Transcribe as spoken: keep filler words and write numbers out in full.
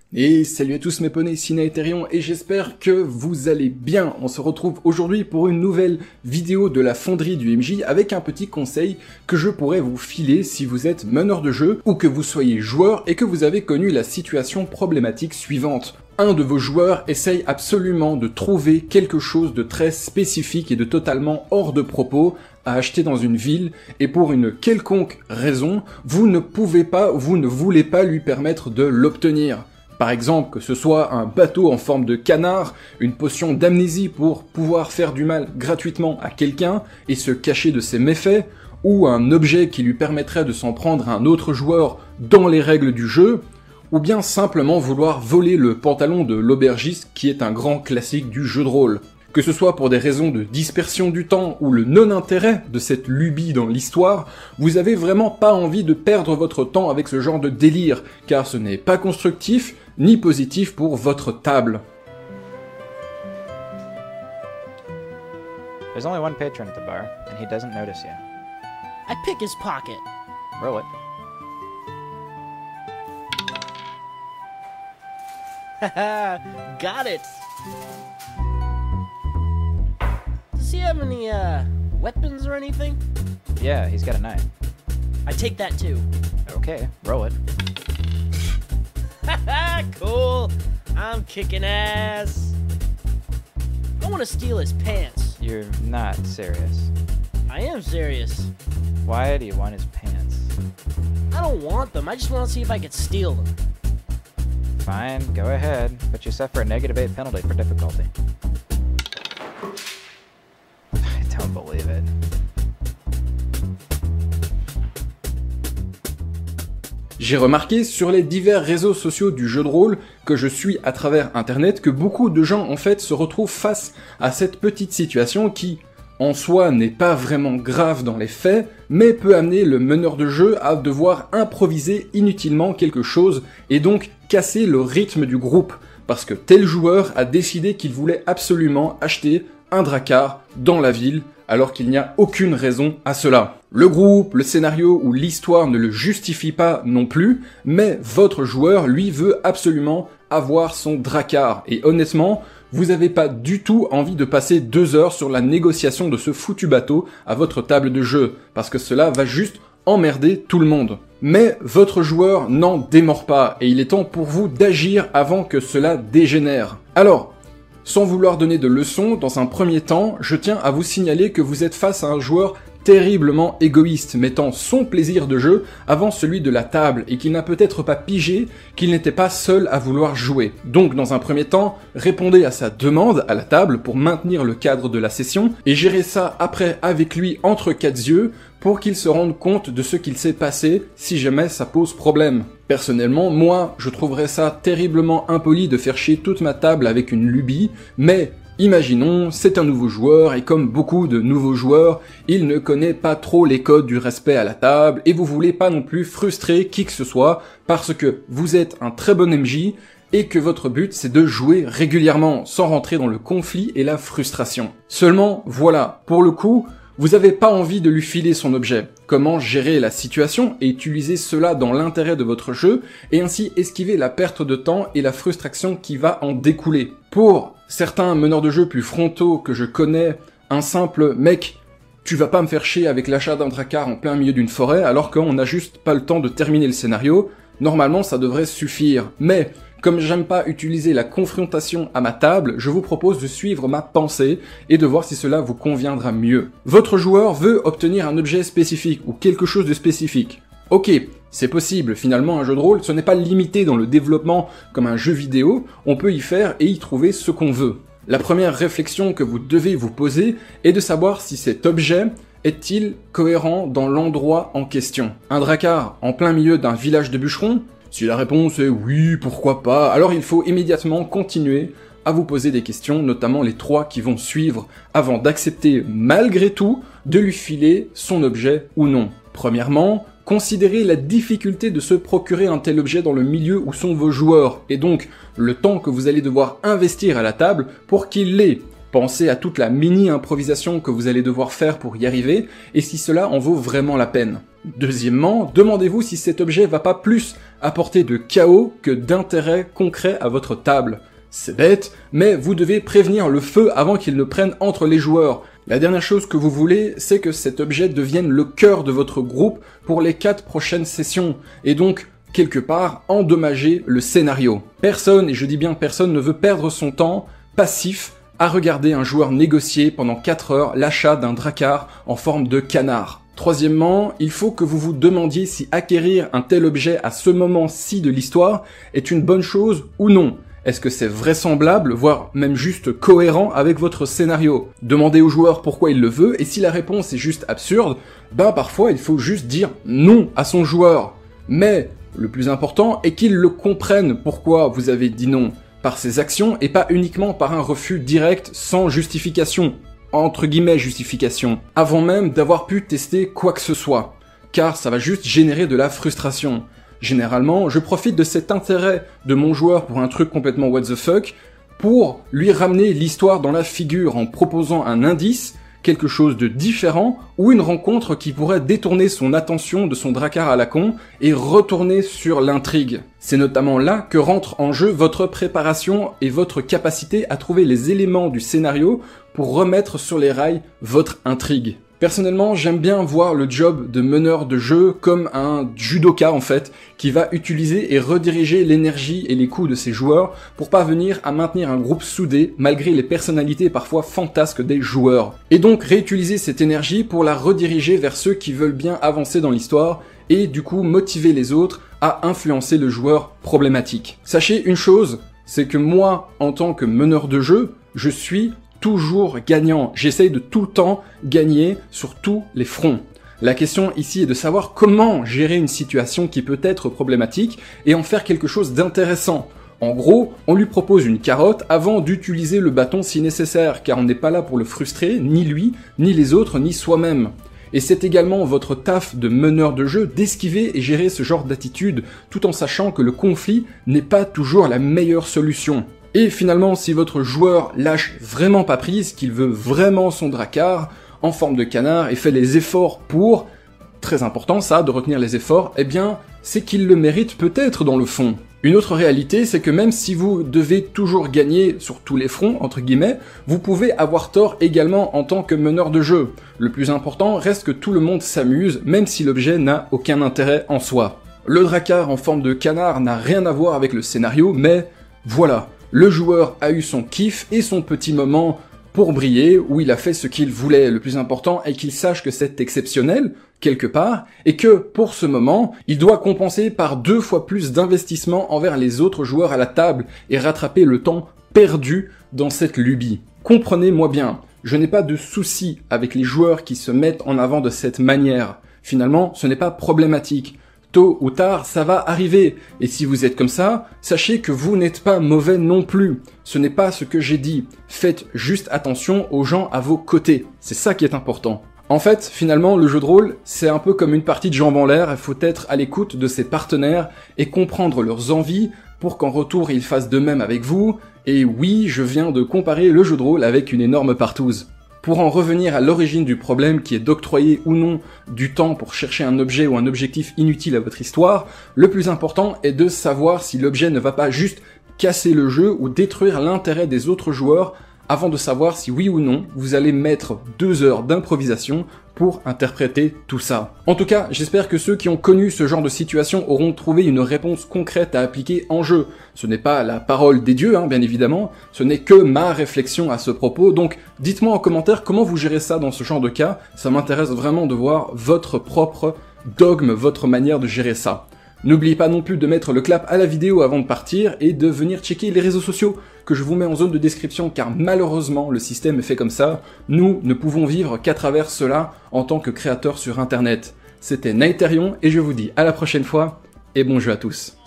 Et salut à tous mes poneys, Sinaetherion, et j'espère que vous allez bien. On se retrouve aujourd'hui pour une nouvelle vidéo de la fonderie du M J avec un petit conseil que je pourrais vous filer si vous êtes meneur de jeu ou que vous soyez joueur et que vous avez connu la situation problématique suivante. Un de vos joueurs essaye absolument de trouver quelque chose de très spécifique et de totalement hors de propos à acheter dans une ville, et pour une quelconque raison, vous ne pouvez pas, vous ne voulez pas lui permettre de l'obtenir. Par exemple, que ce soit un bateau en forme de canard, une potion d'amnésie pour pouvoir faire du mal gratuitement à quelqu'un et se cacher de ses méfaits, ou un objet qui lui permettrait de s'en prendre à un autre joueur dans les règles du jeu, ou bien simplement vouloir voler le pantalon de l'aubergiste qui est un grand classique du jeu de rôle. Que ce soit pour des raisons de dispersion du temps ou le non-intérêt de cette lubie dans l'histoire, vous avez vraiment pas envie de perdre votre temps avec ce genre de délire, car ce n'est pas constructif ni positif pour votre table. There's only one patron at the bar, and he doesn't notice you. I pick his pocket. Roll it. Haha, got it. Does he have any, uh, weapons or anything? Yeah, he's got a knife. I take that too. Okay, roll it. Haha, cool. I'm kicking ass. I want to steal his pants. You're not serious. I am serious. Why do you want his pants? I don't want them. I just want to see if I could steal them. Fine, go ahead, but you suffer a negative eight penalty for difficulty. I don't believe it. J'ai remarqué sur les divers réseaux sociaux du jeu de rôle que je suis à travers internet que beaucoup de gens en fait se retrouvent face à cette petite situation qui, en soi, n'est pas vraiment grave dans les faits, mais peut amener le meneur de jeu à devoir improviser inutilement quelque chose et donc casser le rythme du groupe, parce que tel joueur a décidé qu'il voulait absolument acheter un drakkar dans la ville, alors qu'il n'y a aucune raison à cela. Le groupe, le scénario ou l'histoire ne le justifie pas non plus, mais votre joueur, lui, veut absolument avoir son drakkar, et honnêtement, vous avez pas du tout envie de passer deux heures sur la négociation de ce foutu bateau à votre table de jeu, parce que cela va juste emmerder tout le monde. Mais votre joueur n'en démord pas, et il est temps pour vous d'agir avant que cela dégénère. Alors, sans vouloir donner de leçons, dans un premier temps, je tiens à vous signaler que vous êtes face à un joueur terriblement égoïste, mettant son plaisir de jeu avant celui de la table, et qui n'a peut-être pas pigé qu'il n'était pas seul à vouloir jouer. Donc, dans un premier temps, répondez à sa demande à la table pour maintenir le cadre de la session, et gérez ça après avec lui entre quatre yeux, pour qu'il se rende compte de ce qu'il s'est passé si jamais ça pose problème. Personnellement, moi, je trouverais ça terriblement impoli de faire chier toute ma table avec une lubie, mais imaginons, c'est un nouveau joueur, et comme beaucoup de nouveaux joueurs, il ne connaît pas trop les codes du respect à la table, et vous voulez pas non plus frustrer qui que ce soit, parce que vous êtes un très bon M J, et que votre but c'est de jouer régulièrement, sans rentrer dans le conflit et la frustration. Seulement, voilà, pour le coup, vous avez pas envie de lui filer son objet. Comment gérer la situation et utiliser cela dans l'intérêt de votre jeu, et ainsi esquiver la perte de temps et la frustration qui va en découler. Pour certains meneurs de jeu plus frontaux que je connais, un simple mec, tu vas pas me faire chier avec l'achat d'un drakkar en plein milieu d'une forêt alors qu'on n'a juste pas le temps de terminer le scénario, normalement ça devrait suffire. Mais comme j'aime pas utiliser la confrontation à ma table, je vous propose de suivre ma pensée et de voir si cela vous conviendra mieux. Votre joueur veut obtenir un objet spécifique ou quelque chose de spécifique. Ok, c'est possible, finalement un jeu de rôle, ce n'est pas limité dans le développement comme un jeu vidéo, on peut y faire et y trouver ce qu'on veut. La première réflexion que vous devez vous poser est de savoir si cet objet est-il cohérent dans l'endroit en question. Un drakkar en plein milieu d'un village de bûcherons? Si la réponse est oui, pourquoi pas, alors il faut immédiatement continuer à vous poser des questions, notamment les trois qui vont suivre, avant d'accepter malgré tout de lui filer son objet ou non. Premièrement, considérez la difficulté de se procurer un tel objet dans le milieu où sont vos joueurs, et donc le temps que vous allez devoir investir à la table pour qu'il l'ait. Pensez à toute la mini-improvisation que vous allez devoir faire pour y arriver, et si cela en vaut vraiment la peine. Deuxièmement, demandez-vous si cet objet va pas plus apporter de chaos que d'intérêt concret à votre table. C'est bête, mais vous devez prévenir le feu avant qu'il ne prenne entre les joueurs. La dernière chose que vous voulez, c'est que cet objet devienne le cœur de votre groupe pour les quatre prochaines sessions, et donc, quelque part, endommager le scénario. Personne, et je dis bien personne, ne veut perdre son temps passif à regarder un joueur négocier pendant quatre heures l'achat d'un drakkar en forme de canard. Troisièmement, il faut que vous vous demandiez si acquérir un tel objet à ce moment-ci de l'histoire est une bonne chose ou non. Est-ce que c'est vraisemblable, voire même juste cohérent avec votre scénario? Demandez au joueur pourquoi il le veut, et si la réponse est juste absurde, ben parfois il faut juste dire non à son joueur. Mais le plus important est qu'il le comprenne pourquoi vous avez dit non. Par ses actions et pas uniquement par un refus direct sans justification, entre guillemets justification, avant même d'avoir pu tester quoi que ce soit, car ça va juste générer de la frustration. Généralement, je profite de cet intérêt de mon joueur pour un truc complètement what the fuck, pour lui ramener l'histoire dans la figure en proposant un indice, quelque chose de différent, ou une rencontre qui pourrait détourner son attention de son drakkar à la con et retourner sur l'intrigue. C'est notamment là que rentre en jeu votre préparation et votre capacité à trouver les éléments du scénario pour remettre sur les rails votre intrigue. Personnellement, j'aime bien voir le job de meneur de jeu comme un judoka en fait, qui va utiliser et rediriger l'énergie et les coups de ses joueurs pour parvenir à maintenir un groupe soudé malgré les personnalités parfois fantasques des joueurs. Et donc réutiliser cette énergie pour la rediriger vers ceux qui veulent bien avancer dans l'histoire et du coup motiver les autres à influencer le joueur problématique. Sachez une chose, c'est que moi, en tant que meneur de jeu, je suis toujours gagnant. J'essaye de tout le temps gagner sur tous les fronts. La question ici est de savoir comment gérer une situation qui peut être problématique et en faire quelque chose d'intéressant. En gros, on lui propose une carotte avant d'utiliser le bâton si nécessaire, car on n'est pas là pour le frustrer, ni lui, ni les autres, ni soi-même. Et c'est également votre taf de meneur de jeu d'esquiver et gérer ce genre d'attitude, tout en sachant que le conflit n'est pas toujours la meilleure solution. Et finalement, si votre joueur lâche vraiment pas prise, qu'il veut vraiment son drakkar en forme de canard et fait les efforts pour, très important ça, de retenir les efforts, eh bien, c'est qu'il le mérite peut-être dans le fond. Une autre réalité, c'est que même si vous devez toujours gagner sur tous les fronts, entre guillemets, vous pouvez avoir tort également en tant que meneur de jeu. Le plus important reste que tout le monde s'amuse, même si l'objet n'a aucun intérêt en soi. Le drakkar en forme de canard n'a rien à voir avec le scénario, mais voilà. Le joueur a eu son kiff et son petit moment pour briller, où il a fait ce qu'il voulait. Le plus important est qu'il sache que c'est exceptionnel, quelque part, et que, pour ce moment, il doit compenser par deux fois plus d'investissement envers les autres joueurs à la table et rattraper le temps perdu dans cette lubie. Comprenez-moi bien, je n'ai pas de souci avec les joueurs qui se mettent en avant de cette manière. Finalement, ce n'est pas problématique. Tôt ou tard, ça va arriver. Et si vous êtes comme ça, sachez que vous n'êtes pas mauvais non plus. Ce n'est pas ce que j'ai dit. Faites juste attention aux gens à vos côtés. C'est ça qui est important. En fait, finalement, le jeu de rôle, c'est un peu comme une partie de jambes en l'air. Il faut être à l'écoute de ses partenaires et comprendre leurs envies pour qu'en retour, ils fassent de même avec vous. Et oui, je viens de comparer le jeu de rôle avec une énorme partouze. Pour en revenir à l'origine du problème qui est d'octroyer ou non du temps pour chercher un objet ou un objectif inutile à votre histoire, le plus important est de savoir si l'objet ne va pas juste casser le jeu ou détruire l'intérêt des autres joueurs avant de savoir si oui ou non vous allez mettre deux heures d'improvisation pour interpréter tout ça. En tout cas, j'espère que ceux qui ont connu ce genre de situation auront trouvé une réponse concrète à appliquer en jeu. Ce n'est pas la parole des dieux, hein, bien évidemment, ce n'est que ma réflexion à ce propos, donc dites-moi en commentaire comment vous gérez ça dans ce genre de cas, ça m'intéresse vraiment de voir votre propre dogme, votre manière de gérer ça. N'oubliez pas non plus de mettre le clap à la vidéo avant de partir et de venir checker les réseaux sociaux que je vous mets en zone de description car malheureusement le système est fait comme ça, nous ne pouvons vivre qu'à travers cela en tant que créateurs sur internet. C'était Nighterion et je vous dis à la prochaine fois et bon jeu à tous.